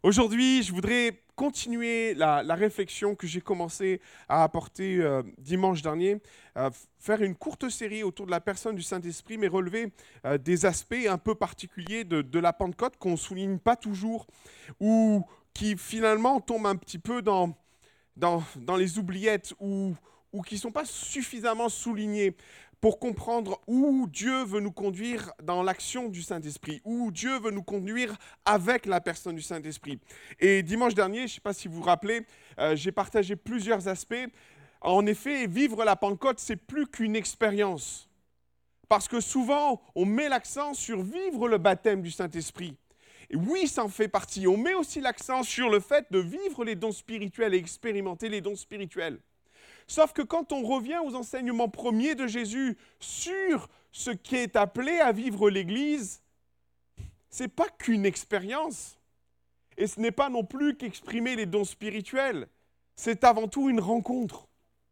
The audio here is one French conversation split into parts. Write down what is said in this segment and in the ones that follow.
Aujourd'hui, je voudrais continuer la réflexion que j'ai commencé à apporter dimanche dernier, faire une courte série autour de la personne du Saint-Esprit, mais relever des aspects un peu particuliers de la Pentecôte qu'on ne souligne pas toujours, ou qui finalement tombent un petit peu dans les oubliettes, ou qui ne sont pas suffisamment soulignés pour comprendre où Dieu veut nous conduire dans l'action du Saint-Esprit, où Dieu veut nous conduire avec la personne du Saint-Esprit. Et dimanche dernier, je ne sais pas si vous vous rappelez, j'ai partagé plusieurs aspects. En effet, vivre la Pentecôte, c'est plus qu'une expérience. Parce que souvent, on met l'accent sur vivre le baptême du Saint-Esprit. Et oui, ça en fait partie. On met aussi l'accent sur le fait de vivre les dons spirituels et expérimenter les dons spirituels. Sauf que quand on revient aux enseignements premiers de Jésus sur ce qui est appelé à vivre l'Église, ce n'est pas qu'une expérience. Et ce n'est pas non plus qu'exprimer les dons spirituels. C'est avant tout une rencontre.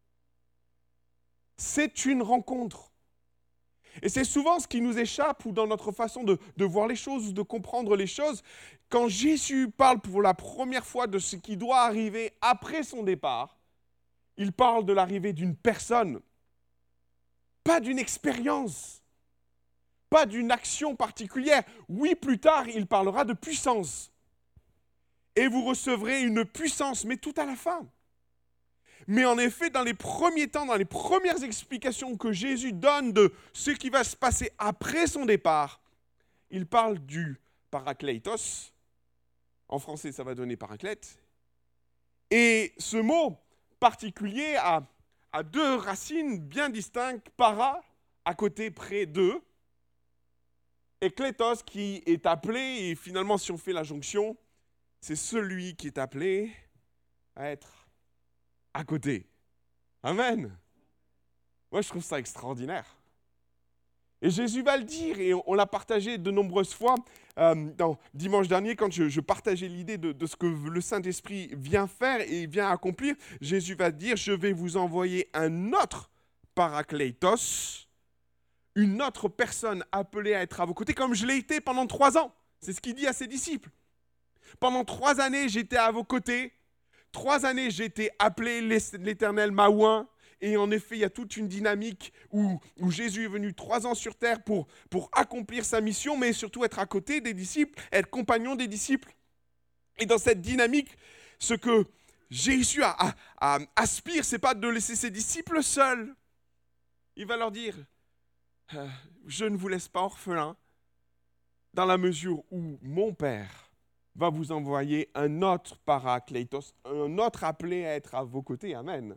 C'est une rencontre. Et c'est souvent ce qui nous échappe ou dans notre façon de voir les choses ou de comprendre les choses. Quand Jésus parle pour la première fois de ce qui doit arriver après son départ, il parle de l'arrivée d'une personne, pas d'une expérience, pas d'une action particulière. Oui, plus tard, il parlera de puissance. Et vous recevrez une puissance, mais tout à la fin. Mais en effet, dans les premiers temps, dans les premières explications que Jésus donne de ce qui va se passer après son départ, il parle du parakletos. En français, ça va donner paraclète. Et ce mot particulier a deux racines bien distinctes. Para, à côté, près de, et kletos, qui est appelé, et finalement, si on fait la jonction, c'est celui qui est appelé à être à côté. Amen. Moi, je trouve ça extraordinaire. Et Jésus va le dire, et on l'a partagé de nombreuses fois. Dimanche dernier, quand je partageais l'idée de ce que le Saint-Esprit vient faire et vient accomplir, Jésus va dire, je vais vous envoyer un autre parakletos, une autre personne appelée à être à vos côtés, comme je l'ai été pendant 3 ans. C'est ce qu'il dit à ses disciples. Pendant 3 années, j'étais à vos côtés. 3 années, j'ai été appelé l'Éternel Maouin. Et en effet, il y a toute une dynamique où Jésus est venu 3 ans sur terre pour accomplir sa mission, mais surtout être à côté des disciples, être compagnon des disciples. Et dans cette dynamique, ce que Jésus aspire, ce n'est pas de laisser ses disciples seuls. Il va leur dire, je ne vous laisse pas orphelins, dans la mesure où mon Père va vous envoyer un autre parakletos, un autre appelé à être à vos côtés. Amen.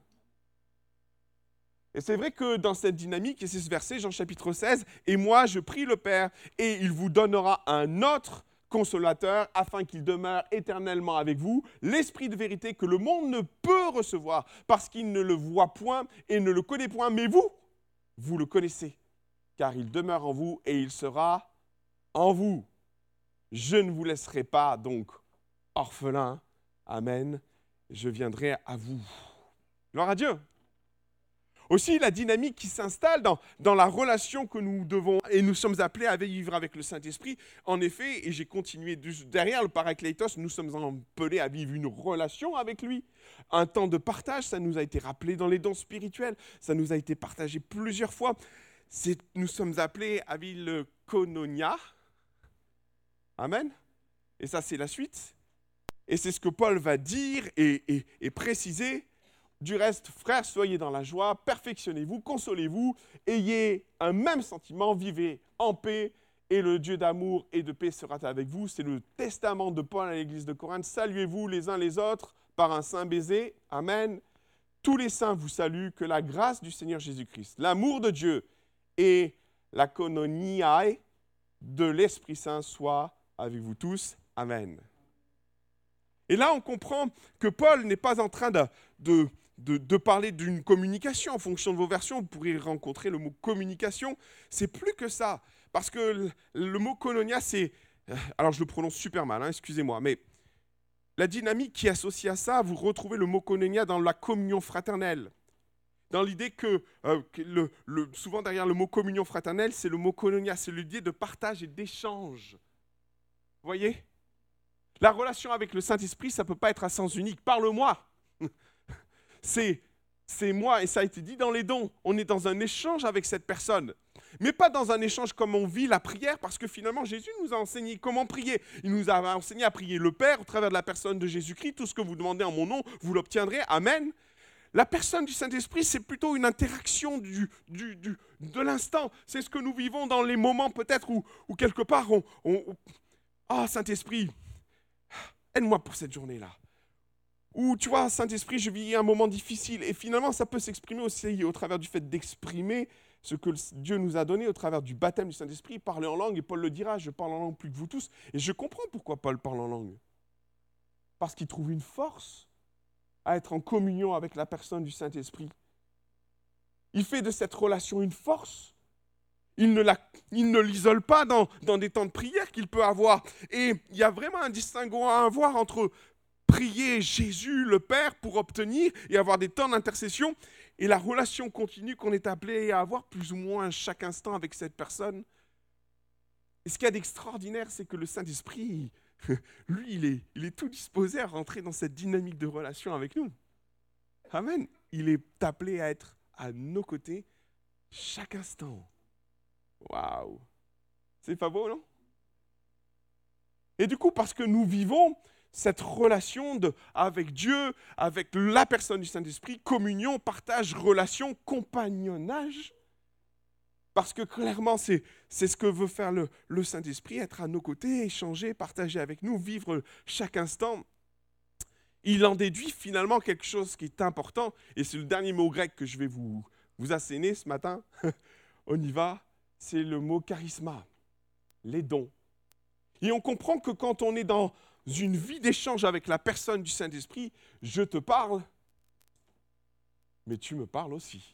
Et c'est vrai que dans cette dynamique, et c'est ce verset, Jean chapitre 16, « Et moi, je prie le Père, et il vous donnera un autre consolateur, afin qu'il demeure éternellement avec vous, l'Esprit de vérité que le monde ne peut recevoir, parce qu'il ne le voit point et ne le connaît point. Mais vous, vous le connaissez, car il demeure en vous et il sera en vous. Je ne vous laisserai pas donc orphelin. Amen. Je viendrai à vous. » Gloire à Dieu. Aussi, la dynamique qui s'installe dans la relation que nous devons, et nous sommes appelés à vivre avec le Saint-Esprit. En effet, et j'ai continué derrière le parakletos, nous sommes appelés à vivre une relation avec lui. Un temps de partage, ça nous a été rappelé dans les dons spirituels, ça nous a été partagé plusieurs fois. Nous sommes appelés à vivre le koinonia. Amen. Et ça, c'est la suite. Et c'est ce que Paul va dire et préciser. Du reste, frères, soyez dans la joie, perfectionnez-vous, consolez-vous, ayez un même sentiment, vivez en paix, et le Dieu d'amour et de paix sera avec vous. C'est le testament de Paul à l'église de Corinthe. Saluez-vous les uns les autres par un saint baiser. Amen. Tous les saints vous saluent, que la grâce du Seigneur Jésus-Christ, l'amour de Dieu et la koinoniae de l'Esprit Saint soit avec vous tous. Amen. Et là, on comprend que Paul n'est pas en train de parler d'une communication. En fonction de vos versions, vous pourrez rencontrer le mot communication. C'est plus que ça. Parce que le mot koinonia, c'est... Alors, je le prononce super mal, excusez-moi. Mais la dynamique qui est associée à ça, vous retrouvez le mot koinonia dans la communion fraternelle. Dans l'idée que souvent derrière le mot communion fraternelle, c'est le mot koinonia. C'est l'idée de partage et d'échange. Vous voyez ? La relation avec le Saint-Esprit, ça ne peut pas être à sens unique. Parle-moi. C'est moi, et ça a été dit dans les dons. On est dans un échange avec cette personne. Mais pas dans un échange comme on vit la prière, parce que finalement, Jésus nous a enseigné comment prier. Il nous a enseigné à prier le Père au travers de la personne de Jésus-Christ. Tout ce que vous demandez en mon nom, vous l'obtiendrez. Amen. La personne du Saint-Esprit, c'est plutôt une interaction de l'instant. C'est ce que nous vivons dans les moments peut-être où quelque part, ah, Saint-Esprit, aide-moi pour cette journée-là. Ou tu vois, Saint-Esprit, je vis un moment difficile. Et finalement, ça peut s'exprimer aussi au travers du fait d'exprimer ce que Dieu nous a donné au travers du baptême du Saint-Esprit, parler en langue. Et Paul le dira, je parle en langue plus que vous tous. Et je comprends pourquoi Paul parle en langue. Parce qu'il trouve une force à être en communion avec la personne du Saint-Esprit. Il fait de cette relation une force. Il ne l'isole pas dans des temps de prière qu'il peut avoir. Et il y a vraiment un distinguo à avoir entre prier Jésus, le Père, pour obtenir et avoir des temps d'intercession, et la relation continue qu'on est appelé à avoir plus ou moins chaque instant avec cette personne. Et ce qu'il y a d'extraordinaire, c'est que le Saint-Esprit, lui, il est tout disposé à rentrer dans cette dynamique de relation avec nous. Amen. Il est appelé à être à nos côtés chaque instant. Waouh! C'est pas beau, non? Et du coup, parce que nous vivons cette relation avec Dieu, avec la personne du Saint-Esprit, communion, partage, relation, compagnonnage. Parce que clairement, c'est ce que veut faire le Saint-Esprit, être à nos côtés, échanger, partager avec nous, vivre chaque instant. Il en déduit finalement quelque chose qui est important, et c'est le dernier mot grec que je vais vous asséner ce matin. On y va, c'est le mot charisma, les dons. Et on comprend que quand on est dans une vie d'échange avec la personne du Saint-Esprit, je te parle, mais tu me parles aussi.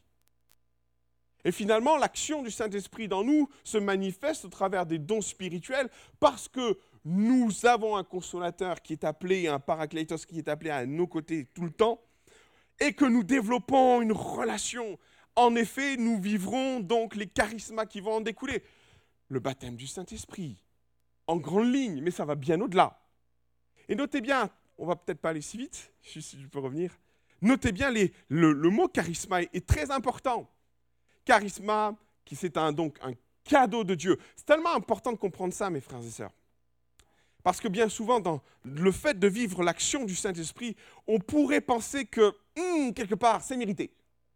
Et finalement, l'action du Saint-Esprit dans nous se manifeste au travers des dons spirituels parce que nous avons un consolateur qui est appelé, un parakletos qui est appelé à nos côtés tout le temps, et que nous développons une relation. En effet, nous vivrons donc les charismas qui vont en découler. Le baptême du Saint-Esprit, en grande ligne, mais ça va bien au-delà. Et notez bien, on va peut-être pas aller si vite, si je peux revenir. Notez bien, le mot charisma est très important. Charisma, c'est donc un cadeau de Dieu. C'est tellement important de comprendre ça, mes frères et sœurs. Parce que bien souvent, dans le fait de vivre l'action du Saint-Esprit, on pourrait penser que, quelque part, c'est mérité.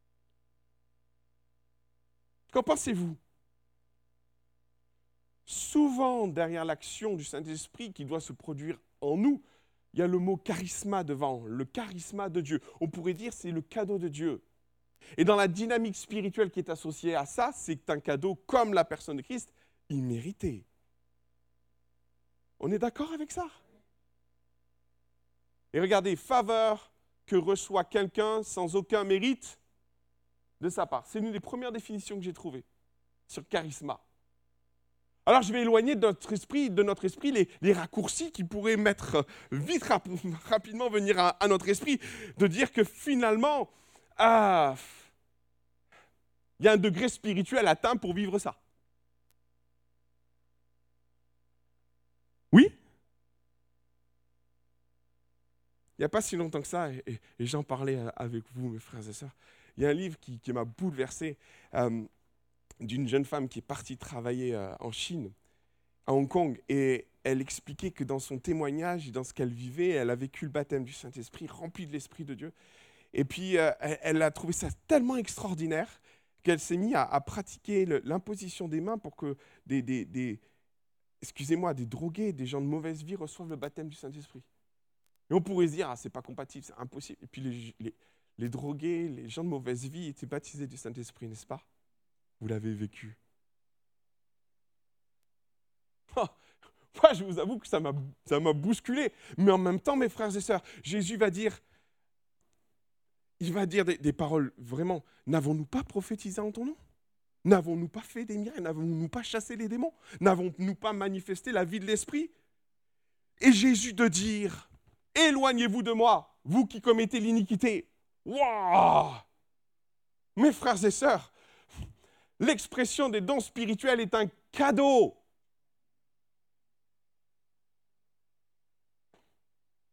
Qu'en pensez-vous? Souvent, derrière l'action du Saint-Esprit qui doit se produire en nous, il y a le mot charisma devant, le charisma de Dieu. On pourrait dire que c'est le cadeau de Dieu. Et dans la dynamique spirituelle qui est associée à ça, c'est un cadeau, comme la personne de Christ, immérité. On est d'accord avec ça? Et regardez, faveur que reçoit quelqu'un sans aucun mérite de sa part. C'est une des premières définitions que j'ai trouvées sur charisma. Alors je vais éloigner de notre esprit les raccourcis qui pourraient mettre vite, rapidement venir à notre esprit, de dire que finalement, il y a un degré spirituel atteint pour vivre ça. Oui? Il n'y a pas si longtemps que ça, et j'en parlais avec vous, mes frères et sœurs, il y a un livre qui m'a bouleversé, d'une jeune femme qui est partie travailler en Chine, à Hong Kong, et elle expliquait que dans son témoignage, dans ce qu'elle vivait, elle a vécu le baptême du Saint-Esprit, rempli de l'Esprit de Dieu. Et puis, elle a trouvé ça tellement extraordinaire qu'elle s'est mise à pratiquer l'imposition des mains pour que des drogués, des gens de mauvaise vie reçoivent le baptême du Saint-Esprit. Et on pourrait se dire, c'est pas compatible, c'est impossible. Et puis les drogués, les gens de mauvaise vie étaient baptisés du Saint-Esprit, n'est-ce pas? Vous l'avez vécu. Moi, je vous avoue que ça m'a bousculé. Mais en même temps, mes frères et sœurs, Jésus va dire, il va dire des paroles vraiment. N'avons-nous pas prophétisé en ton nom? N'avons-nous pas fait des miracles? N'avons-nous pas chassé les démons? N'avons-nous pas manifesté la vie de l'esprit? Et Jésus de dire, éloignez-vous de moi, vous qui commettez l'iniquité. Waouh! Mes frères et sœurs, l'expression des dons spirituels est un cadeau.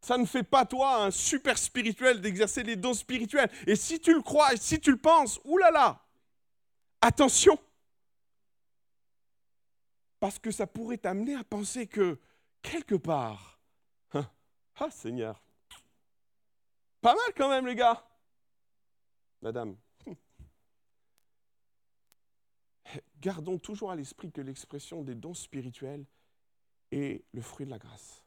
Ça ne fait pas toi un super spirituel d'exercer les dons spirituels. Et si tu le crois, et si tu le penses, oulala, attention. Parce que ça pourrait t'amener à penser que, quelque part, ah Seigneur, pas mal quand même les gars, madame. Gardons toujours à l'esprit que l'expression des dons spirituels est le fruit de la grâce.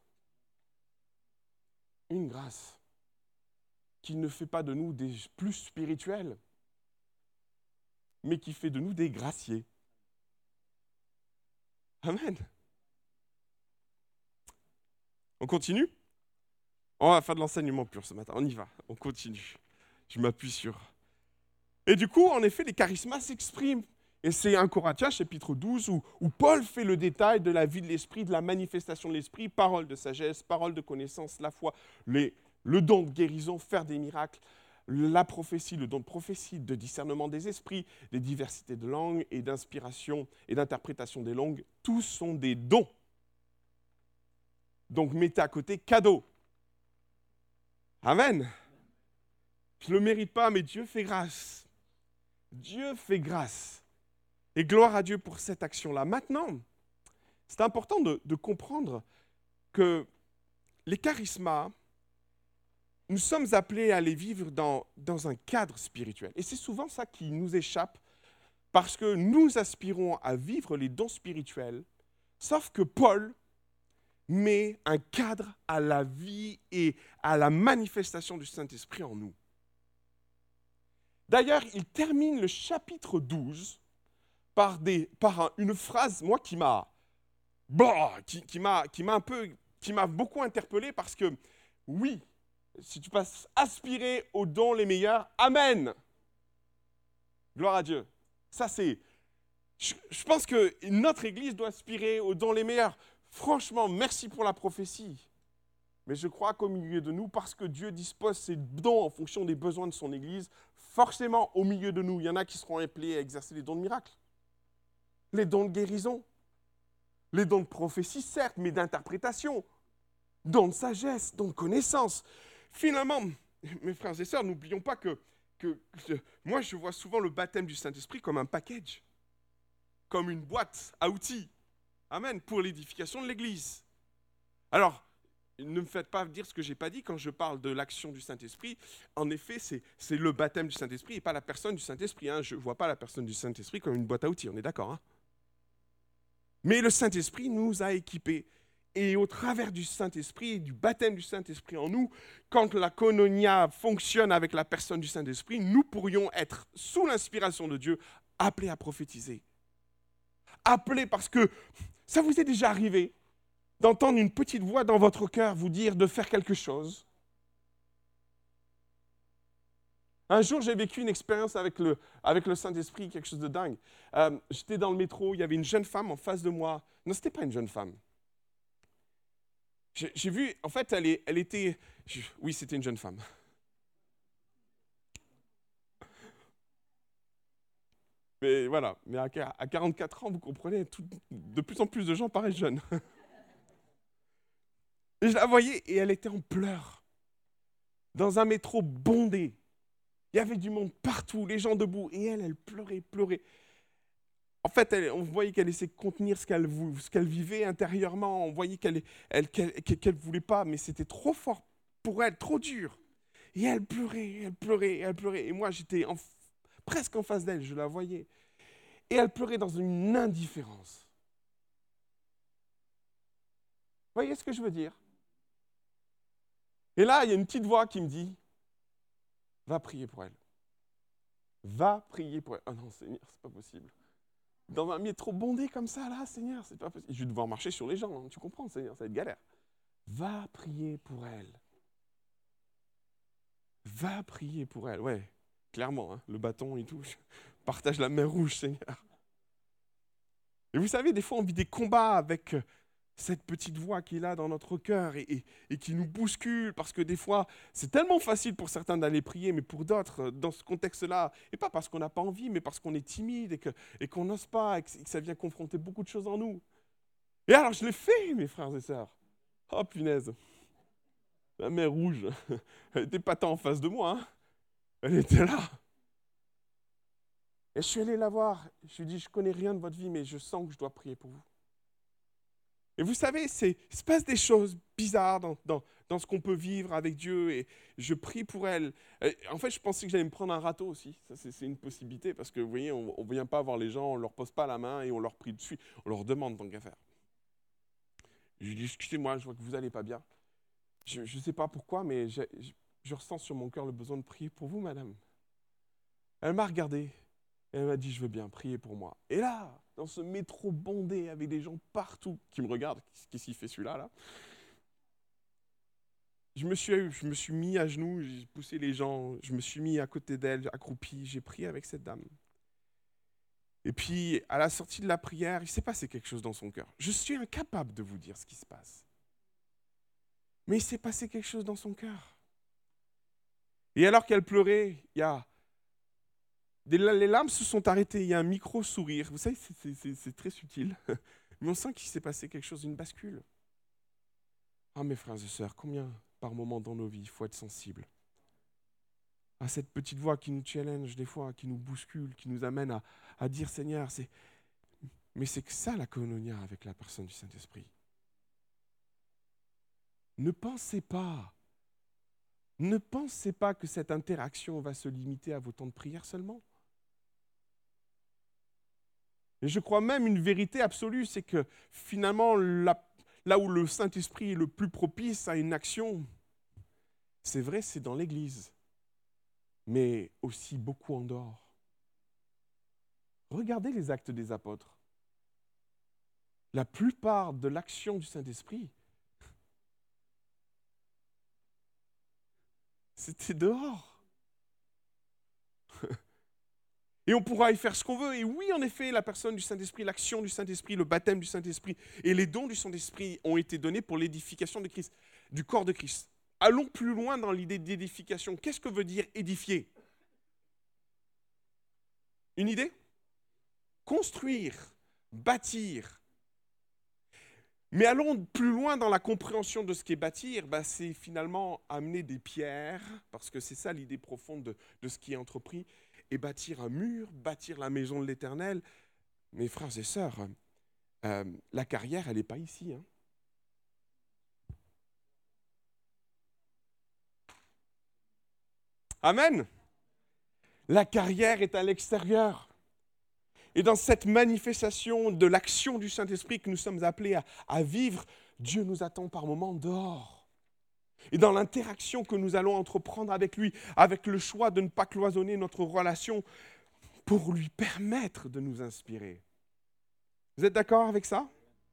Une grâce qui ne fait pas de nous des plus spirituels, mais qui fait de nous des graciés. Amen. On continue? On va faire de l'enseignement pur ce matin. On y va, on continue. Je m'appuie sur. Et du coup, en effet, les charismas s'expriment. Et c'est 1 Corinthiens, chapitre 12, où Paul fait le détail de la vie de l'esprit, de la manifestation de l'esprit, parole de sagesse, parole de connaissance, la foi, le don de guérison, faire des miracles, la prophétie, le don de prophétie, de discernement des esprits, les diversités de langues et d'inspiration et d'interprétation des langues. Tous sont des dons. Donc mettez à côté cadeau. Amen. Je ne le mérite pas, mais Dieu fait grâce. Dieu fait grâce. Et gloire à Dieu pour cette action-là. Maintenant, c'est important de comprendre que les charismas, nous sommes appelés à les vivre dans un cadre spirituel. Et c'est souvent ça qui nous échappe, parce que nous aspirons à vivre les dons spirituels, sauf que Paul met un cadre à la vie et à la manifestation du Saint-Esprit en nous. D'ailleurs, il termine le chapitre 12 par une phrase, moi, qui m'a beaucoup interpellé, parce que, oui, si tu passes aspirer aux dons les meilleurs, amen. Gloire à Dieu. Ça, c'est... Je pense que notre Église doit aspirer aux dons les meilleurs. Franchement, merci pour la prophétie. Mais je crois qu'au milieu de nous, parce que Dieu dispose ses dons en fonction des besoins de son Église, forcément, au milieu de nous, il y en a qui seront appelés à exercer les dons de miracles. Les dons de guérison, les dons de prophétie, certes, mais d'interprétation, dons de sagesse, dons de connaissance. Finalement, mes frères et sœurs, n'oublions pas que moi, je vois souvent le baptême du Saint-Esprit comme un package, comme une boîte à outils, amen, pour l'édification de l'Église. Alors, ne me faites pas dire ce que je n'ai pas dit quand je parle de l'action du Saint-Esprit. En effet, c'est le baptême du Saint-Esprit et pas la personne du Saint-Esprit. Hein. Je ne vois pas la personne du Saint-Esprit comme une boîte à outils, on est d'accord, hein? Mais le Saint-Esprit nous a équipés. Et au travers du Saint-Esprit et du baptême du Saint-Esprit en nous, quand la koinonia fonctionne avec la personne du Saint-Esprit, nous pourrions être, sous l'inspiration de Dieu, appelés à prophétiser. Appelés parce que ça vous est déjà arrivé d'entendre une petite voix dans votre cœur vous dire de faire quelque chose. Un jour, j'ai vécu une expérience avec le Saint-Esprit, quelque chose de dingue. J'étais dans le métro, il y avait une jeune femme en face de moi. Non, ce n'était pas une jeune femme. J'ai vu, en fait, elle était... Oui, c'était une jeune femme. Mais voilà, mais à 44 ans, vous comprenez, de plus en plus de gens paraissent jeunes. Et je la voyais et elle était en pleurs. Dans un métro bondé. Il y avait du monde partout, les gens debout. Et elle pleurait, pleurait. En fait, on voyait qu'elle essayait de contenir ce qu'elle vivait intérieurement. On voyait qu'elle ne voulait pas, mais c'était trop fort pour elle, trop dur. Et elle pleurait, elle pleurait, elle pleurait. Et moi, j'étais presque en face d'elle, je la voyais. Et elle pleurait dans une indifférence. Vous voyez ce que je veux dire? Et là, il y a une petite voix qui me dit, va prier pour elle. Va prier pour elle. Oh non, Seigneur, c'est pas possible. Dans un métro bondé comme ça, là, Seigneur, c'est pas possible. Je vais devoir marcher sur les gens, hein, tu comprends, Seigneur, ça va être galère. Va prier pour elle. Va prier pour elle, ouais, clairement, hein, le bâton et tout. Partage la mer rouge, Seigneur. Et vous savez, des fois, on vit des combats avec cette petite voix qui est là dans notre cœur et qui nous bouscule, parce que des fois, c'est tellement facile pour certains d'aller prier, mais pour d'autres, dans ce contexte-là, et pas parce qu'on n'a pas envie, mais parce qu'on est timide et qu'on n'ose pas, et que ça vient confronter beaucoup de choses en nous. Et alors, je l'ai fait, mes frères et sœurs. Oh, punaise. La mer Rouge, elle n'était pas tant en face de moi, hein. Elle était là. Et je suis allé la voir. Je lui ai dit, je ne connais rien de votre vie, mais je sens que je dois prier pour vous. Et vous savez, il se passe des choses bizarres dans ce qu'on peut vivre avec Dieu. Et je prie pour elle. Et en fait, je pensais que j'allais me prendre un râteau aussi. Ça, c'est une possibilité. Parce que vous voyez, on ne vient pas voir les gens, on ne leur pose pas la main et on leur prie dessus. On leur demande tant qu'à faire. Je lui dis, excusez-moi, je vois que vous n'allez pas bien. Je ne sais pas pourquoi, mais je ressens sur mon cœur le besoin de prier pour vous, madame. Elle m'a regardé. Et elle m'a dit, je veux bien, prier pour moi. Et là, dans ce métro bondé avec des gens partout qui me regardent, qu'est-ce qu'il fait celui-là, là je me suis mis à genoux, j'ai poussé les gens, je me suis mis à côté d'elle, accroupi, j'ai prié avec cette dame. Et puis, à la sortie de la prière, il s'est passé quelque chose dans son cœur. Je suis incapable de vous dire ce qui se passe. Mais il s'est passé quelque chose dans son cœur. Et alors qu'elle pleurait, les larmes se sont arrêtées, il y a un micro-sourire. Vous savez, c'est très subtil. Mais on sent qu'il s'est passé quelque chose, une bascule. Ah, mes frères et sœurs, combien par moment dans nos vies il faut être sensible à cette petite voix qui nous challenge des fois, qui nous bouscule, qui nous amène à dire Seigneur, mais c'est que ça la koinonia avec la personne du Saint-Esprit. Ne pensez pas que cette interaction va se limiter à vos temps de prière seulement. Et je crois même une vérité absolue, c'est que finalement, là où le Saint-Esprit est le plus propice à une action, c'est vrai, c'est dans l'Église, mais aussi beaucoup en dehors. Regardez les actes des apôtres. La plupart de l'action du Saint-Esprit, c'était dehors. Et on pourra y faire ce qu'on veut. Et oui, en effet, la personne du Saint-Esprit, l'action du Saint-Esprit, le baptême du Saint-Esprit et les dons du Saint-Esprit ont été donnés pour l'édification de Christ, du corps de Christ. Allons plus loin dans l'idée d'édification. Qu'est-ce que veut dire édifier ? Une idée ? Construire, bâtir. Mais allons plus loin dans la compréhension de ce qu'est bâtir, c'est finalement amener des pierres, parce que c'est ça l'idée profonde de ce qui est entrepris, et bâtir un mur, bâtir la maison de l'Éternel. Mes frères et sœurs, la carrière, elle n'est pas ici. Hein. Amen. La carrière est à l'extérieur. Et dans cette manifestation de l'action du Saint-Esprit que nous sommes appelés à vivre, Dieu nous attend par moments dehors. Et dans l'interaction que nous allons entreprendre avec lui, avec le choix de ne pas cloisonner notre relation pour lui permettre de nous inspirer. Vous êtes d'accord avec ça ?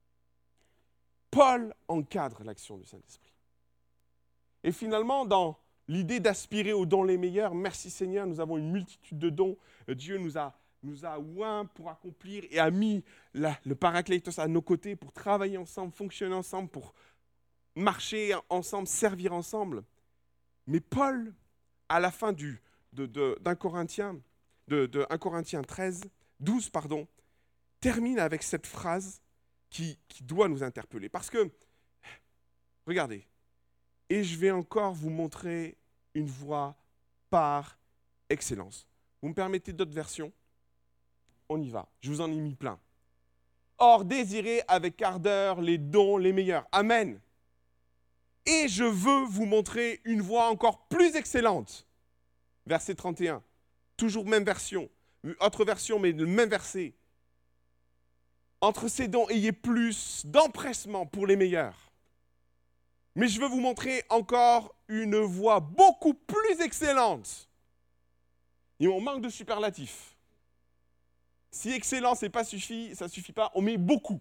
Paul encadre l'action du Saint-Esprit. Et finalement, dans l'idée d'aspirer aux dons les meilleurs, merci Seigneur, nous avons une multitude de dons. Dieu nous a oint pour accomplir et a mis le Parakletos à nos côtés pour travailler ensemble, fonctionner ensemble, pour marcher ensemble, servir ensemble. Mais Paul, à la fin d'un Corinthiens, de 1 Corinthiens 12, termine avec cette phrase qui doit nous interpeller. Parce que, regardez, et je vais encore vous montrer une voie par excellence. Vous me permettez d'autres versions ? On y va, je vous en ai mis plein. Or, désirez avec ardeur les dons les meilleurs. Amen. Et je veux vous montrer une voie encore plus excellente. Verset 31. Toujours même version. Autre version, mais le même verset. Entre ces dons, ayez plus d'empressement pour les meilleurs. Mais je veux vous montrer encore une voie beaucoup plus excellente. Et on manque de superlatifs. Si excellent, ça ne suffit pas, on met beaucoup.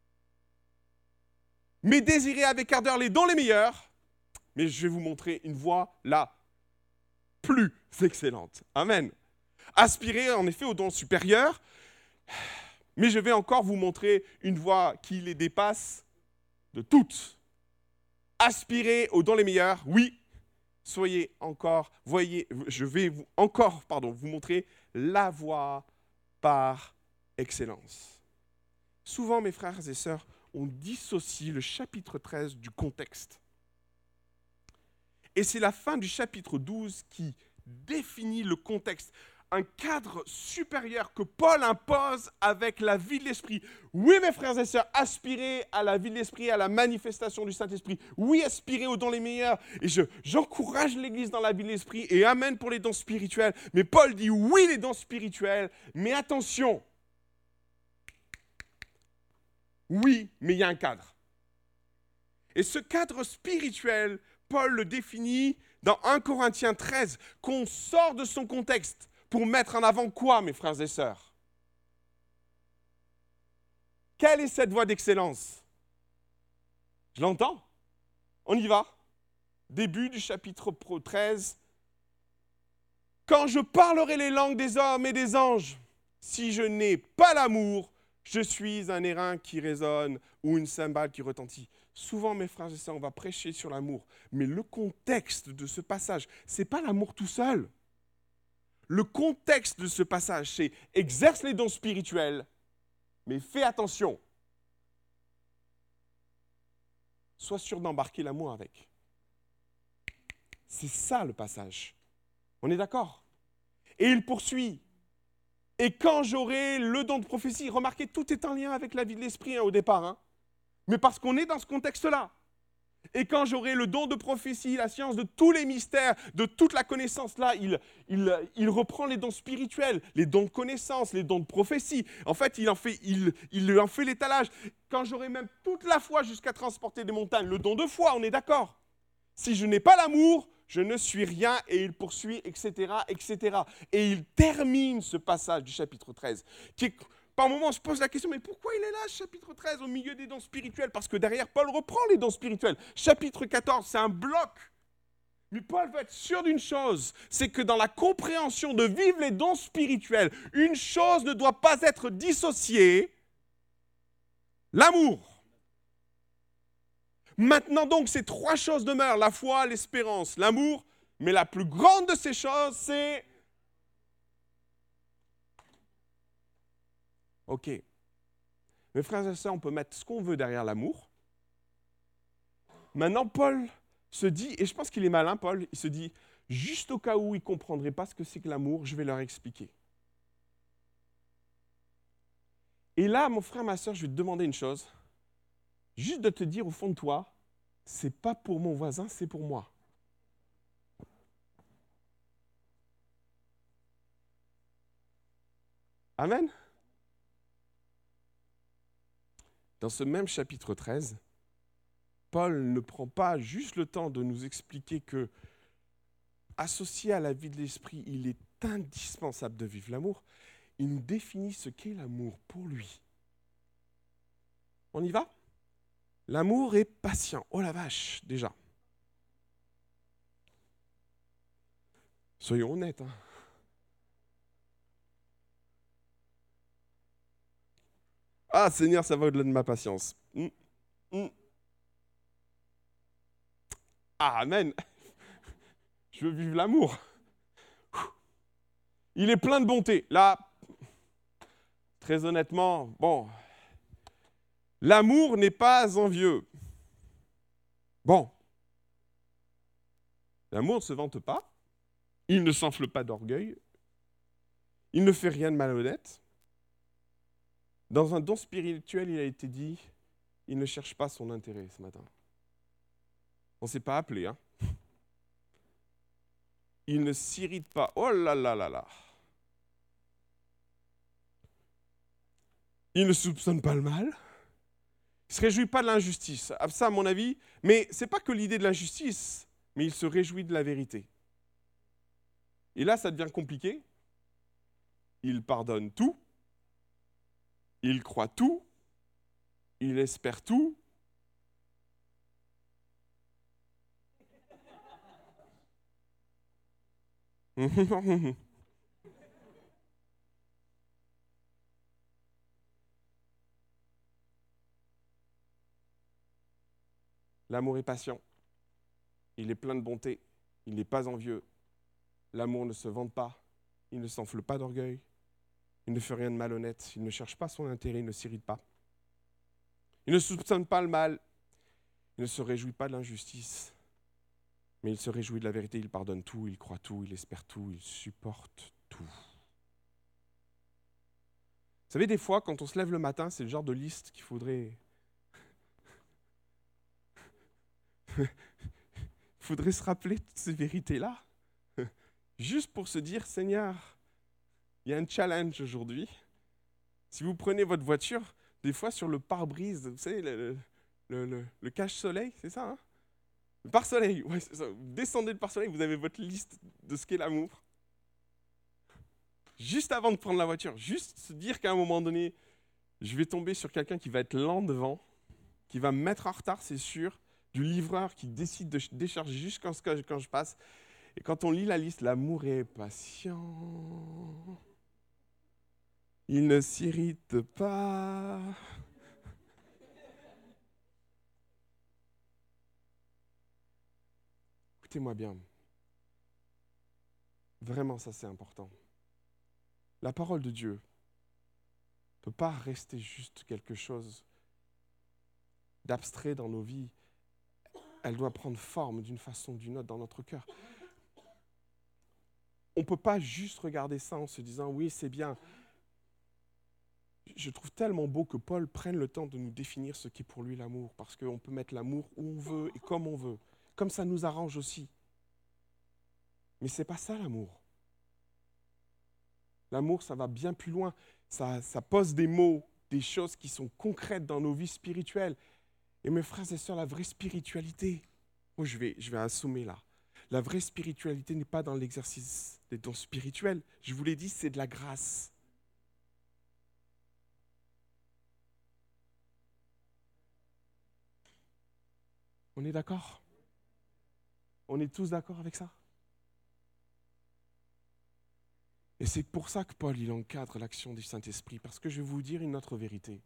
Mais désirez avec ardeur les dons les meilleurs, mais je vais vous montrer une voie là plus excellente. Amen. Aspirez en effet aux dons supérieurs, mais je vais encore vous montrer une voie qui les dépasse de toutes. Aspirez aux dons les meilleurs, oui. Je vais vous montrer la voie par excellence. Souvent, mes frères et sœurs, on dissocie le chapitre 13 du contexte. Et c'est la fin du chapitre 12 qui définit le contexte. Un cadre supérieur que Paul impose avec la vie de l'Esprit. Oui, mes frères et sœurs, aspirez à la vie de l'Esprit, à la manifestation du Saint-Esprit. Oui, aspirez aux dons les meilleurs. Et j'encourage l'Église dans la vie de l'Esprit et amen pour les dons spirituels. Mais Paul dit oui, les dons spirituels, mais attention. Oui, mais il y a un cadre. Et ce cadre spirituel, Paul le définit dans 1 Corinthiens 13, qu'on sort de son contexte. Pour mettre en avant quoi, mes frères et sœurs? Quelle est cette voie d'excellence? Je l'entends. On y va. Début du chapitre 13. Quand je parlerai les langues des hommes et des anges, si je n'ai pas l'amour, je suis un airain qui résonne ou une cymbale qui retentit. Souvent, mes frères et sœurs, on va prêcher sur l'amour. Mais le contexte de ce passage, ce n'est pas l'amour tout seul. Le contexte de ce passage, c'est exerce les dons spirituels, mais fais attention. Sois sûr d'embarquer l'amour avec. C'est ça le passage. On est d'accord? Et il poursuit. Et quand j'aurai le don de prophétie, remarquez, tout est en lien avec la vie de l'esprit au départ, mais parce qu'on est dans ce contexte-là. Et quand j'aurai le don de prophétie, la science de tous les mystères, de toute la connaissance, là, il reprend les dons spirituels, les dons de connaissance, les dons de prophétie. En fait, il lui en fait l'étalage. Quand j'aurai même toute la foi jusqu'à transporter des montagnes, le don de foi, on est d'accord. Si je n'ai pas l'amour, je ne suis rien, et il poursuit, etc., etc. Et il termine ce passage du chapitre 13, qui est... Par moments, on se pose la question, mais pourquoi il est là, chapitre 13, au milieu des dons spirituels? Parce que derrière, Paul reprend les dons spirituels. Chapitre 14, c'est un bloc. Mais Paul veut être sûr d'une chose, c'est que dans la compréhension de vivre les dons spirituels, une chose ne doit pas être dissociée, l'amour. Maintenant donc, ces trois choses demeurent, la foi, l'espérance, l'amour, mais la plus grande de ces choses, c'est... Ok. Mes frères et sœurs, on peut mettre ce qu'on veut derrière l'amour. Maintenant, Paul se dit, et je pense qu'il est malin, Paul, il se dit, juste au cas où ils ne comprendraient pas ce que c'est que l'amour, je vais leur expliquer. Et là, mon frère, ma sœur, je vais te demander une chose. Juste de te dire au fond de toi, c'est pas pour mon voisin, c'est pour moi. Amen. Dans ce même chapitre 13, Paul ne prend pas juste le temps de nous expliquer que, associé à la vie de l'esprit, il est indispensable de vivre l'amour. Il nous définit ce qu'est l'amour pour lui. On y va? L'amour est patient. Oh la vache, déjà. Soyons honnêtes. Ah Seigneur, ça va au-delà de ma patience. Ah, amen. Je veux vivre l'amour. Il est plein de bonté. Là, très honnêtement, bon, l'amour n'est pas envieux. Bon, l'amour ne se vante pas, il ne s'enfle pas d'orgueil, il ne fait rien de malhonnête. Dans un don spirituel, il a été dit, il ne cherche pas son intérêt ce matin. On ne s'est pas appelé, hein. Il ne s'irrite pas. Oh là là là là. Il ne soupçonne pas le mal. Il ne se réjouit pas de l'injustice. Ça, à mon avis, mais ce n'est pas que l'idée de l'injustice, mais il se réjouit de la vérité. Et là, ça devient compliqué. Il pardonne tout. Il croit tout. Il espère tout. L'amour est patient. Il est plein de bonté. Il n'est pas envieux. L'amour ne se vante pas. Il ne s'enfle pas d'orgueil. Il ne fait rien de malhonnête. Il ne cherche pas son intérêt. Il ne s'irrite pas. Il ne soupçonne pas le mal. Il ne se réjouit pas de l'injustice. Mais il se réjouit de la vérité, il pardonne tout, il croit tout, il espère tout, il supporte tout. Vous savez, des fois, quand on se lève le matin, c'est le genre de liste qu'il faudrait se rappeler toutes ces vérités-là. Juste pour se dire, Seigneur, il y a un challenge aujourd'hui. Si vous prenez votre voiture, des fois sur le pare-brise, vous savez, le cache-soleil, c'est ça, hein? Le pare-soleil, ouais, c'est ça. Vous descendez le pare-soleil, vous avez votre liste de ce qu'est l'amour. Juste avant de prendre la voiture, juste se dire qu'à un moment donné, je vais tomber sur quelqu'un qui va être lent devant, qui va me mettre en retard, c'est sûr, du livreur qui décide de décharger juste quand je passe. Et quand on lit la liste, l'amour est patient. Il ne s'irrite pas. Écoutez-moi bien. Vraiment, ça c'est important. La parole de Dieu ne peut pas rester juste quelque chose d'abstrait dans nos vies. Elle doit prendre forme d'une façon ou d'une autre dans notre cœur. On ne peut pas juste regarder ça en se disant « oui, c'est bien ». Je trouve tellement beau que Paul prenne le temps de nous définir ce qu'est pour lui l'amour, parce qu'on peut mettre l'amour où on veut et comme on veut, comme ça nous arrange aussi. Mais ce n'est pas ça l'amour. L'amour, ça va bien plus loin. Ça pose des mots, des choses qui sont concrètes dans nos vies spirituelles. Et mes frères et sœurs, la vraie spiritualité, je vais assommer là. La vraie spiritualité n'est pas dans l'exercice des dons spirituels. Je vous l'ai dit, c'est de la grâce. On est d'accord? On est tous d'accord avec ça? Et c'est pour ça que Paul, il encadre l'action du Saint-Esprit, parce que je vais vous dire une autre vérité.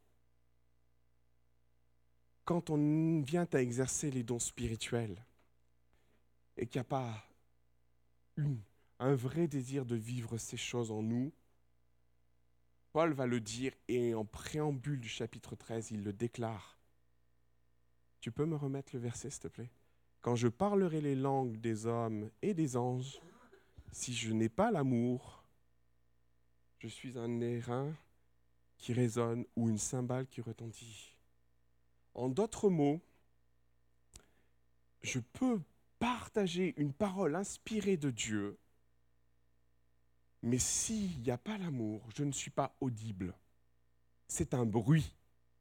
Quand on vient à exercer les dons spirituels et qu'il n'y a pas un vrai désir de vivre ces choses en nous, Paul va le dire et en préambule du chapitre 13, il le déclare. Tu peux me remettre le verset, s'il te plaît? Quand je parlerai les langues des hommes et des anges, si je n'ai pas l'amour, je suis un airain qui résonne ou une cymbale qui retentit. En d'autres mots, je peux partager une parole inspirée de Dieu, mais s'il n'y a pas l'amour, je ne suis pas audible. C'est un bruit.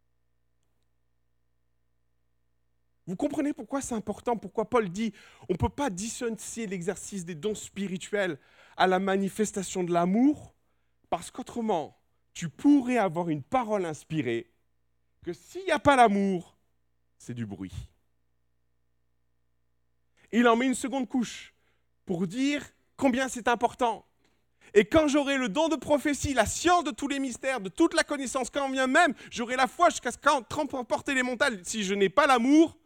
Vous comprenez pourquoi c'est important, pourquoi Paul dit on ne peut pas dissocier l'exercice des dons spirituels à la manifestation de l'amour, parce qu'autrement, tu pourrais avoir une parole inspirée, que s'il n'y a pas l'amour, c'est du bruit. Il en met une seconde couche pour dire combien c'est important. Et quand j'aurai le don de prophétie, la science de tous les mystères, de toute la connaissance, quand bien même j'aurai la foi jusqu'à ce qu'on transporter les montagnes, si je n'ai pas l'amour,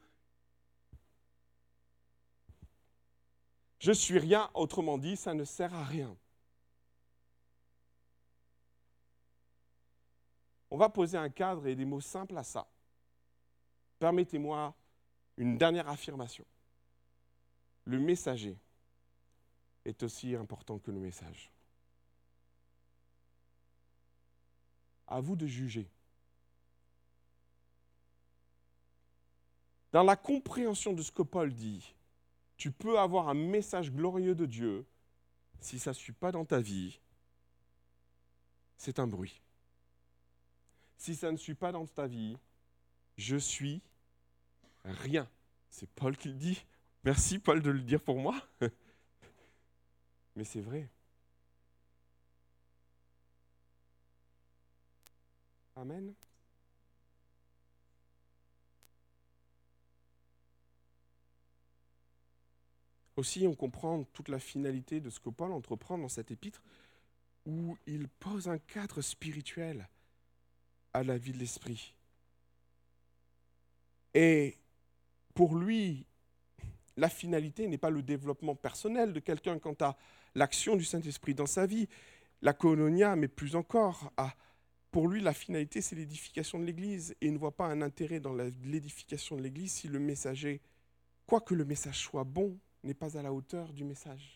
je suis rien, autrement dit, ça ne sert à rien. On va poser un cadre et des mots simples à ça. Permettez-moi une dernière affirmation. Le messager est aussi important que le message. À vous de juger. Dans la compréhension de ce que Paul dit, tu peux avoir un message glorieux de Dieu, si ça ne suit pas dans ta vie, c'est un bruit. Si ça ne suit pas dans ta vie, je suis rien. C'est Paul qui le dit. Merci Paul de le dire pour moi. Mais c'est vrai. Amen. Aussi, on comprend toute la finalité de ce que Paul entreprend dans cet épître, où il pose un cadre spirituel à la vie de l'esprit. Et pour lui, la finalité n'est pas le développement personnel de quelqu'un quant à l'action du Saint-Esprit dans sa vie, la koinonia, mais plus encore, pour lui, la finalité, c'est l'édification de l'Église. Et il ne voit pas un intérêt dans l'édification de l'Église si le messager, quoique le message soit bon, n'est pas à la hauteur du message.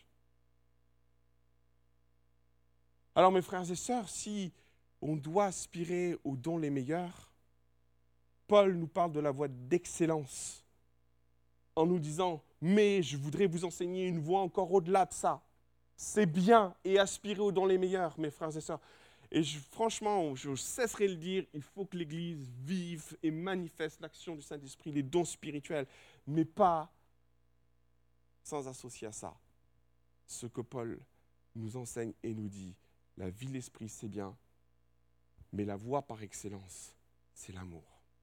Alors mes frères et sœurs, si on doit aspirer aux dons les meilleurs, Paul nous parle de la voie d'excellence en nous disant « Mais je voudrais vous enseigner une voie encore au-delà de ça. C'est bien et aspirer aux dons les meilleurs, mes frères et sœurs. » Et franchement, je cesserai de le dire, il faut que l'Église vive et manifeste l'action du Saint-Esprit, les dons spirituels, mais pas sans associer à ça ce que Paul nous enseigne et nous dit. La vie de l'esprit, c'est bien, mais la voie par excellence, c'est l'amour.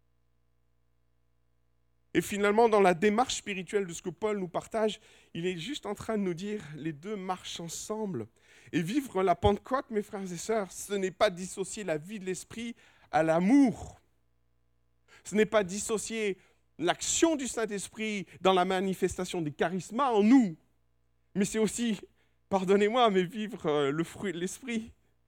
Et finalement, dans la démarche spirituelle de ce que Paul nous partage, il est juste en train de nous dire, les deux marchent ensemble. Et vivre la Pentecôte, mes frères et sœurs, ce n'est pas dissocier la vie de l'esprit à l'amour. Ce n'est pas dissocier l'action du Saint-Esprit dans la manifestation des charismas en nous, mais c'est aussi, pardonnez-moi, mais vivre le fruit de l'esprit.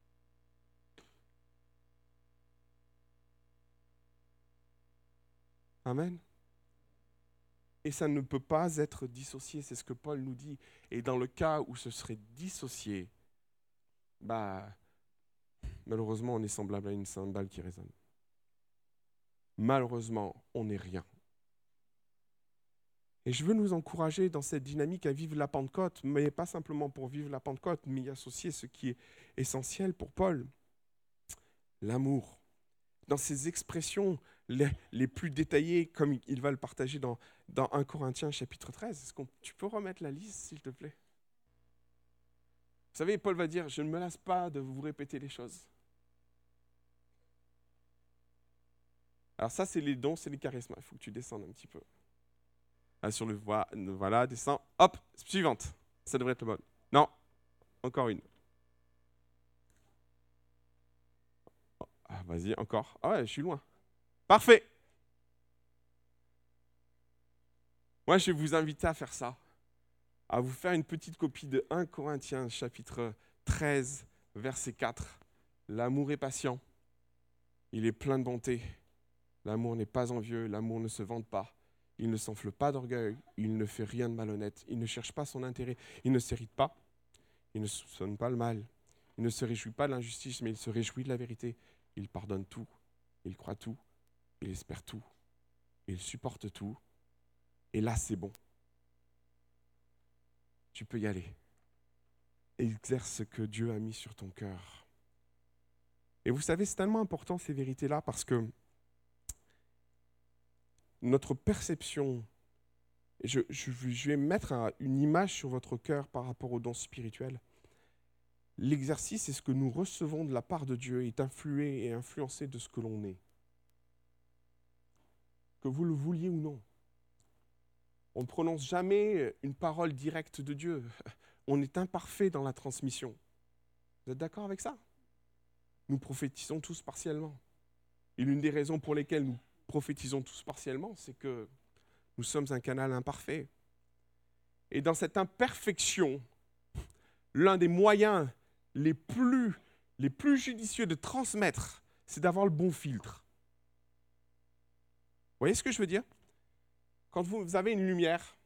Amen. Et ça ne peut pas être dissocié, c'est ce que Paul nous dit. Et dans le cas où ce serait dissocié, malheureusement, on est semblable à une cymbale qui résonne. Malheureusement, on n'est rien. Et je veux nous encourager dans cette dynamique à vivre la Pentecôte, mais pas simplement pour vivre la Pentecôte, mais y associer ce qui est essentiel pour Paul, l'amour. Dans ses expressions les plus détaillées, comme il va le partager dans 1 Corinthiens chapitre 13. Est-ce que tu peux remettre la liste, s'il te plaît? Vous savez, Paul va dire, je ne me lasse pas de vous répéter les choses. Alors ça, c'est les dons, c'est les charismes. Il faut que tu descendes un petit peu. Là, sur le voilà, descends. Hop, suivante. Ça devrait être le bon. Non, encore une. Ah, vas-y, encore. Ah ouais, je suis loin. Parfait. Moi, je vais vous inviter à faire ça. À vous faire une petite copie de 1 Corinthiens, chapitre 13, verset 4. L'amour est patient. Il est plein de bonté. L'amour n'est pas envieux. L'amour ne se vante pas. Il ne s'enfle pas d'orgueil. Il ne fait rien de malhonnête. Il ne cherche pas son intérêt. Il ne s'irrite pas. Il ne soupçonne pas le mal. Il ne se réjouit pas de l'injustice, mais il se réjouit de la vérité. Il pardonne tout. Il croit tout. Il espère tout. Il supporte tout. Et là, c'est bon. Tu peux y aller. Exerce ce que Dieu a mis sur ton cœur. Et vous savez, c'est tellement important ces vérités-là parce que notre perception, je vais mettre une image sur votre cœur par rapport aux dons spirituels. L'exercice est ce que nous recevons de la part de Dieu est influé et influencé de ce que l'on est. Que vous le vouliez ou non. On ne prononce jamais une parole directe de Dieu. On est imparfait dans la transmission. Vous êtes d'accord avec ça? Nous prophétisons tous partiellement. Et l'une des raisons pour lesquelles nous prophétisons tous partiellement, c'est que nous sommes un canal imparfait. Et dans cette imperfection, l'un des moyens les plus judicieux de transmettre, c'est d'avoir le bon filtre. Vous voyez ce que je veux dire? Quand vous avez une lumière,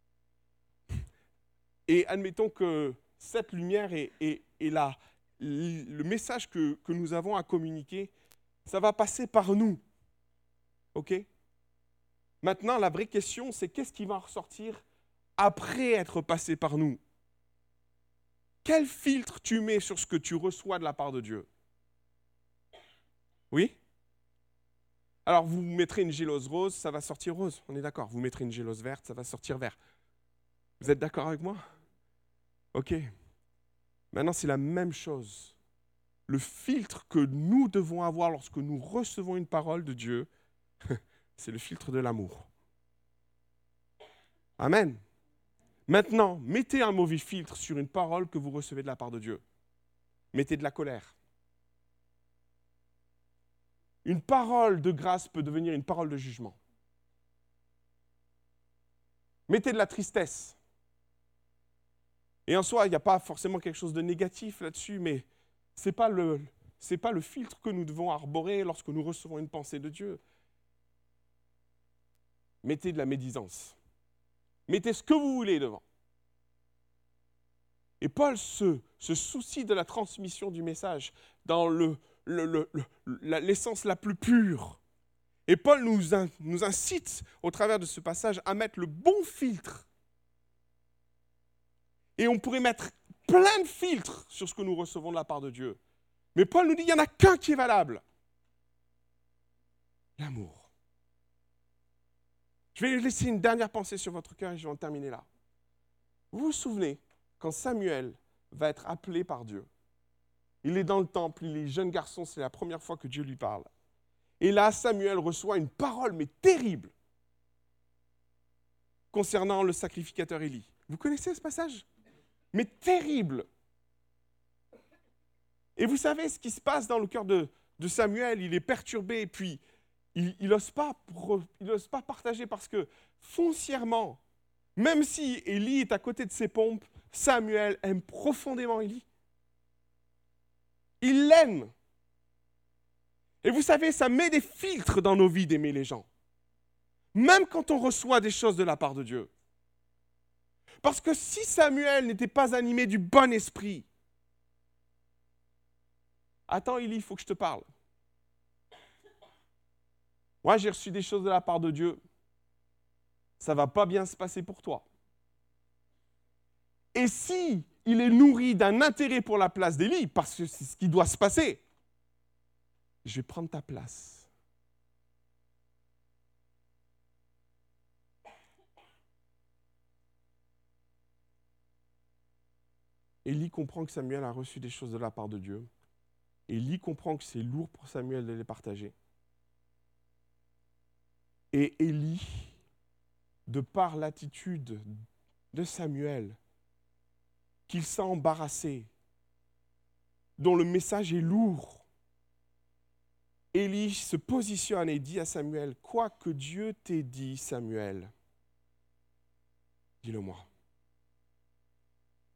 et admettons que cette lumière est là, le message que nous avons à communiquer, ça va passer par nous. OK? Maintenant, la vraie question, c'est qu'est-ce qui va ressortir après être passé par nous? Quel filtre tu mets sur ce que tu reçois de la part de Dieu? Oui? Alors, vous mettrez une gélose rose, ça va sortir rose, on est d'accord. Vous mettrez une gélose verte, ça va sortir vert. Vous êtes d'accord avec moi? OK. Maintenant, c'est la même chose. Le filtre que nous devons avoir lorsque nous recevons une parole de Dieu, c'est le filtre de l'amour. Amen. Maintenant, mettez un mauvais filtre sur une parole que vous recevez de la part de Dieu. Mettez de la colère. Une parole de grâce peut devenir une parole de jugement. Mettez de la tristesse. Et en soi, il n'y a pas forcément quelque chose de négatif là-dessus, mais ce n'est pas le filtre que nous devons arborer lorsque nous recevons une pensée de Dieu. Mettez de la médisance. Mettez ce que vous voulez devant. Et Paul se soucie de la transmission du message dans l'essence la plus pure. Et Paul nous incite, au travers de ce passage, à mettre le bon filtre. Et on pourrait mettre plein de filtres sur ce que nous recevons de la part de Dieu. Mais Paul nous dit, il n'y en a qu'un qui est valable. L'amour. Je vais laisser une dernière pensée sur votre cœur et je vais en terminer là. Vous vous souvenez, quand Samuel va être appelé par Dieu, il est dans le temple, il est jeune garçon, c'est la première fois que Dieu lui parle. Et là, Samuel reçoit une parole, mais terrible, concernant le sacrificateur Élie. Vous connaissez ce passage? Mais terrible. Et vous savez ce qui se passe dans le cœur de Samuel, il est perturbé, et puis il n'ose pas partager parce que foncièrement, même si Élie est à côté de ses pompes, Samuel aime profondément Élie. Il l'aime. Et vous savez, ça met des filtres dans nos vies d'aimer les gens. Même quand on reçoit des choses de la part de Dieu. Parce que si Samuel n'était pas animé du bon esprit, attends Élie, il faut que je te parle. Moi, j'ai reçu des choses de la part de Dieu. Ça ne va pas bien se passer pour toi. Et si il est nourri d'un intérêt pour la place d'Élie, parce que c'est ce qui doit se passer, je vais prendre ta place. Élie comprend que Samuel a reçu des choses de la part de Dieu. Élie comprend que c'est lourd pour Samuel de les partager. Et Élie, de par l'attitude de Samuel, qu'il s'est embarrassé, dont le message est lourd, Élie se positionne et dit à Samuel, « Quoi que Dieu t'ait dit, Samuel, dis-le-moi. Dis-le-moi. »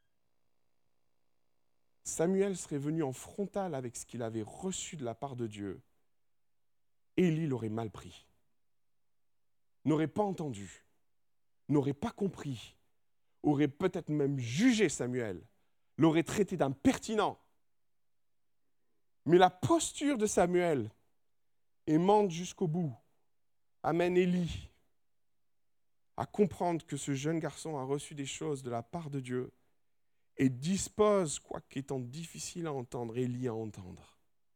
Samuel serait venu en frontal avec ce qu'il avait reçu de la part de Dieu. Élie l'aurait mal pris, n'aurait pas entendu, n'aurait pas compris, aurait peut-être même jugé Samuel, l'aurait traité d'impertinent. Mais la posture de Samuel aimante jusqu'au bout amène Élie à comprendre que ce jeune garçon a reçu des choses de la part de Dieu et dispose, quoique étant difficile à entendre, Élie à entendre.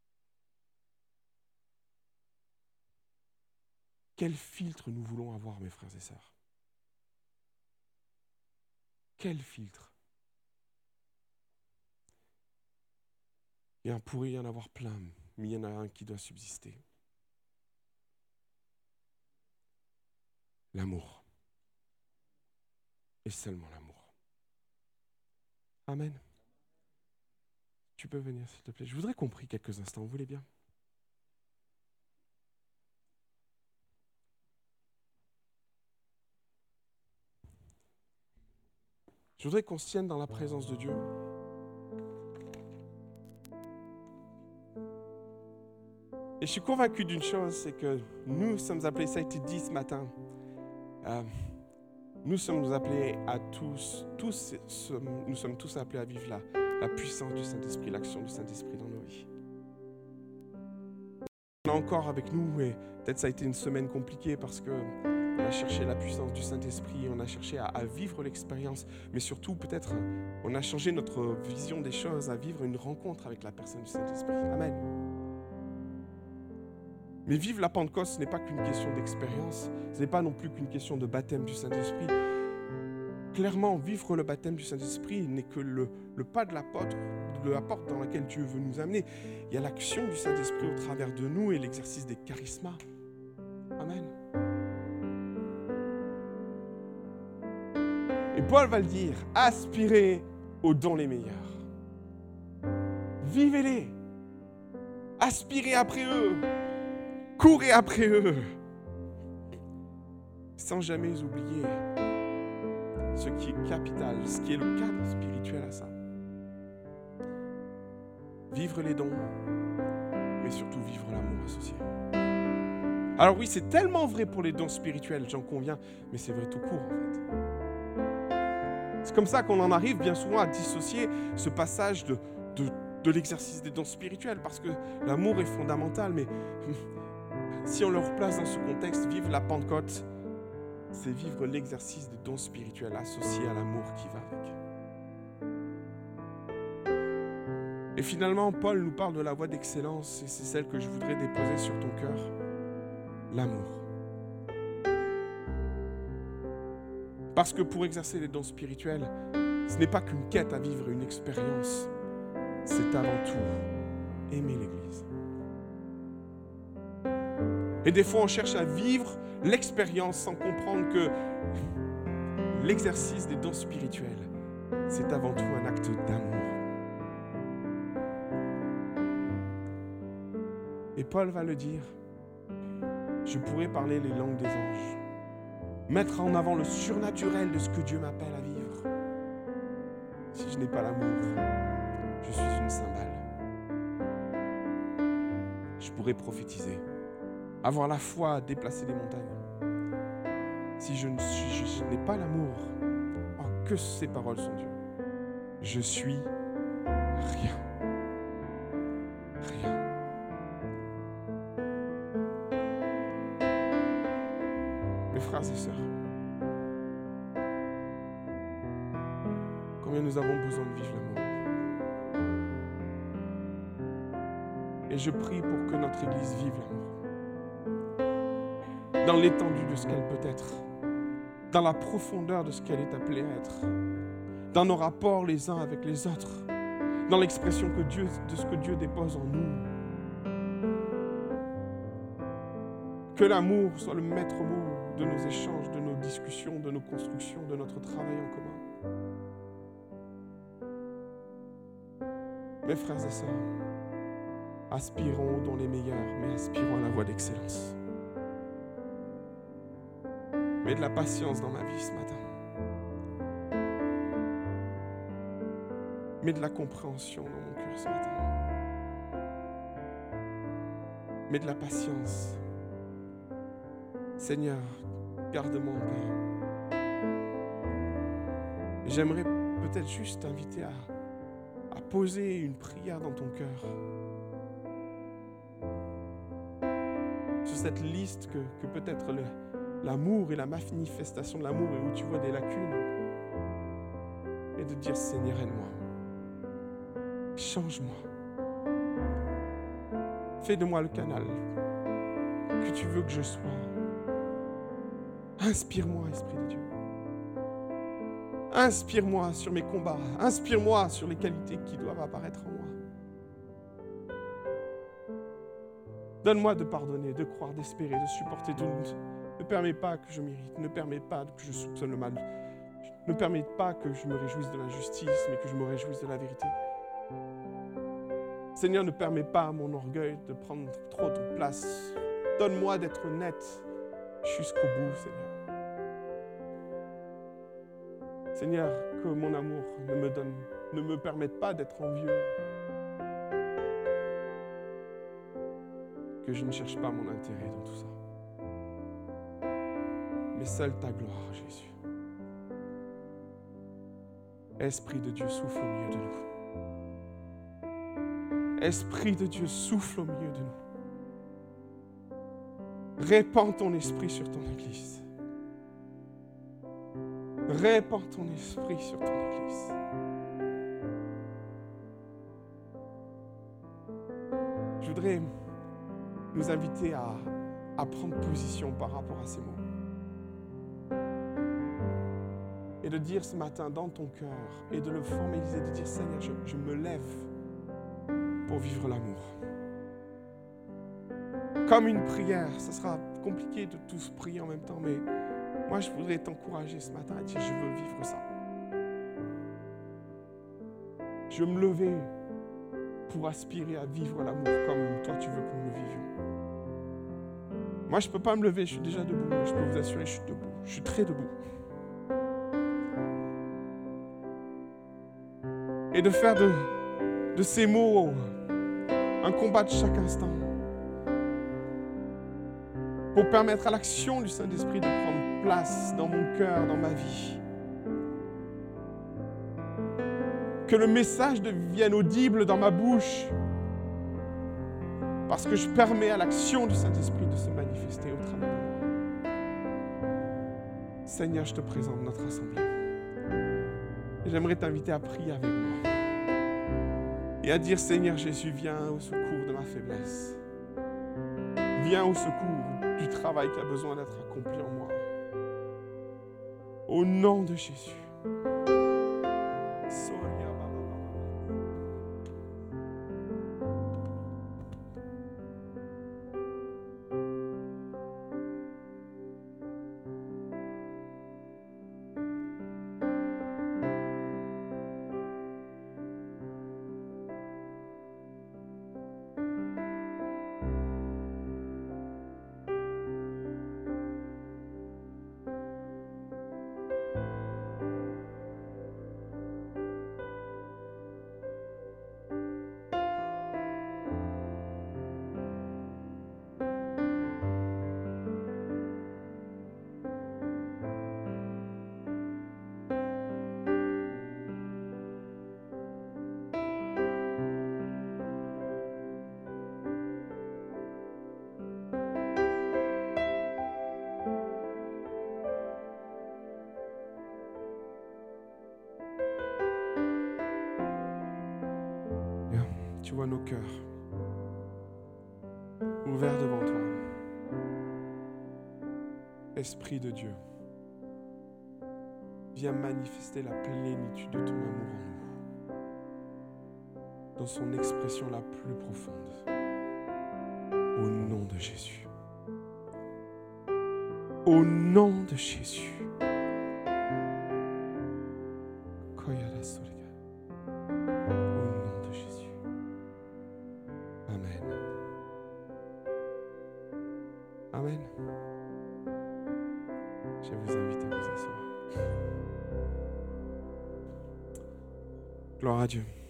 Quel filtre nous voulons avoir, mes frères et sœurs? Quel filtre? Il pourrait y en avoir plein, mais il y en a un qui doit subsister. L'amour. Et seulement l'amour. Amen. Tu peux venir, s'il te plaît. Je voudrais qu'on prie quelques instants, vous voulez bien? Je voudrais qu'on se tienne dans la présence de Dieu. Et je suis convaincu d'une chose, c'est que nous sommes appelés, ça a été dit ce matin, nous sommes appelés à nous sommes tous appelés à vivre la puissance du Saint-Esprit, l'action du Saint-Esprit dans nos vies. On est encore avec nous, et peut-être ça a été une semaine compliquée parce qu'on a cherché la puissance du Saint-Esprit, on a cherché à vivre l'expérience, mais surtout peut-être on a changé notre vision des choses, à vivre une rencontre avec la personne du Saint-Esprit. Amen. Mais vivre la Pentecôte, ce n'est pas qu'une question d'expérience, ce n'est pas non plus qu'une question de baptême du Saint-Esprit. Clairement, vivre le baptême du Saint-Esprit n'est que le pas de la porte dans laquelle Dieu veut nous amener. Il y a l'action du Saint-Esprit au travers de nous et l'exercice des charismas. Amen. Et Paul va le dire, aspirez aux dons les meilleurs. Vivez-les. Aspirez après eux. Courez après eux, sans jamais oublier ce qui est capital, ce qui est le cadre spirituel à ça. Vivre les dons, mais surtout vivre l'amour associé. Alors oui, c'est tellement vrai pour les dons spirituels, j'en conviens, mais c'est vrai tout court en fait. C'est comme ça qu'on en arrive bien souvent à dissocier ce passage de l'exercice des dons spirituels, parce que l'amour est fondamental, mais si on le replace dans ce contexte, vivre la Pentecôte, c'est vivre l'exercice des dons spirituels associés à l'amour qui va avec. Et finalement, Paul nous parle de la voie d'excellence, et c'est celle que je voudrais déposer sur ton cœur, l'amour. Parce que pour exercer les dons spirituels, ce n'est pas qu'une quête à vivre, une expérience, c'est avant tout aimer l'Église. Et des fois, on cherche à vivre l'expérience sans comprendre que l'exercice des dons spirituels, c'est avant tout un acte d'amour. Et Paul va le dire, je pourrais parler les langues des anges, mettre en avant le surnaturel de ce que Dieu m'appelle à vivre. Si je n'ai pas l'amour, je suis une cymbale. Je pourrais prophétiser, avoir la foi à déplacer des montagnes. Si je n'ai pas l'amour, oh, que ces paroles sont dures. Je suis rien. Rien. Mes frères et sœurs, combien nous avons besoin de vivre l'amour. Et je prie pour que notre Église vive l'amour. Dans l'étendue de ce qu'elle peut être, dans la profondeur de ce qu'elle est appelée à être, dans nos rapports les uns avec les autres, dans l'expression de ce que Dieu dépose en nous. Que l'amour soit le maître mot de nos échanges, de nos discussions, de nos constructions, de notre travail en commun. Mes frères et sœurs, aspirons aux dons les meilleurs, mais aspirons à la voie d'excellence. Mets de la patience dans ma vie ce matin. Mets de la compréhension dans mon cœur ce matin. Mets de la patience. Seigneur, garde-moi en paix. J'aimerais peut-être juste t'inviter à poser une prière dans ton cœur. Sur cette liste que peut-être l'amour et la manifestation de l'amour et où tu vois des lacunes. Et de dire, Seigneur, aide-moi. Change-moi. Fais de moi le canal que tu veux que je sois. Inspire-moi, Esprit de Dieu. Inspire-moi sur mes combats. Inspire-moi sur les qualités qui doivent apparaître en moi. Donne-moi de pardonner, de croire, d'espérer, de supporter tout. Ne permets pas que je m'irrite. Ne permets pas que je soupçonne le mal. Ne permets pas que je me réjouisse de l'injustice, mais que je me réjouisse de la vérité. Seigneur, ne permets pas à mon orgueil de prendre trop de place. Donne-moi d'être net jusqu'au bout, Seigneur. Seigneur, que mon amour ne me permette pas d'être envieux. Que je ne cherche pas mon intérêt dans tout ça. Mais seule ta gloire, Jésus. Esprit de Dieu, souffle au milieu de nous. Esprit de Dieu, souffle au milieu de nous. Répands ton esprit sur ton Église. Répands ton esprit sur ton Église. Je voudrais nous inviter à prendre position par rapport à ces mots. Et de dire ce matin dans ton cœur, et de le formaliser, de dire Seigneur, je me lève pour vivre l'amour. Comme une prière, ça sera compliqué de tous prier en même temps, mais moi je voudrais t'encourager ce matin à dire je veux vivre ça. Je veux me lever pour aspirer à vivre l'amour comme toi tu veux que nous le vivions. Moi je ne peux pas me lever, je suis déjà debout, mais je peux vous assurer, je suis debout, je suis très debout. Et de faire de ces mots un combat de chaque instant pour permettre à l'action du Saint-Esprit de prendre place dans mon cœur, dans ma vie. Que le message devienne audible dans ma bouche. Parce que je permets à l'action du Saint-Esprit de se manifester au travers de moi. Seigneur, je te présente notre assemblée. Et j'aimerais t'inviter à prier avec moi. Et à dire, Seigneur Jésus, viens au secours de ma faiblesse. Viens au secours du travail qui a besoin d'être accompli en moi. Au nom de Jésus. Tu vois nos cœurs ouverts devant toi. Esprit de Dieu, viens manifester la plénitude de ton amour en nous, dans son expression la plus profonde. Au nom de Jésus. Au nom de Jésus. Amen. Je vous invite à vous asseoir. Gloire à Dieu.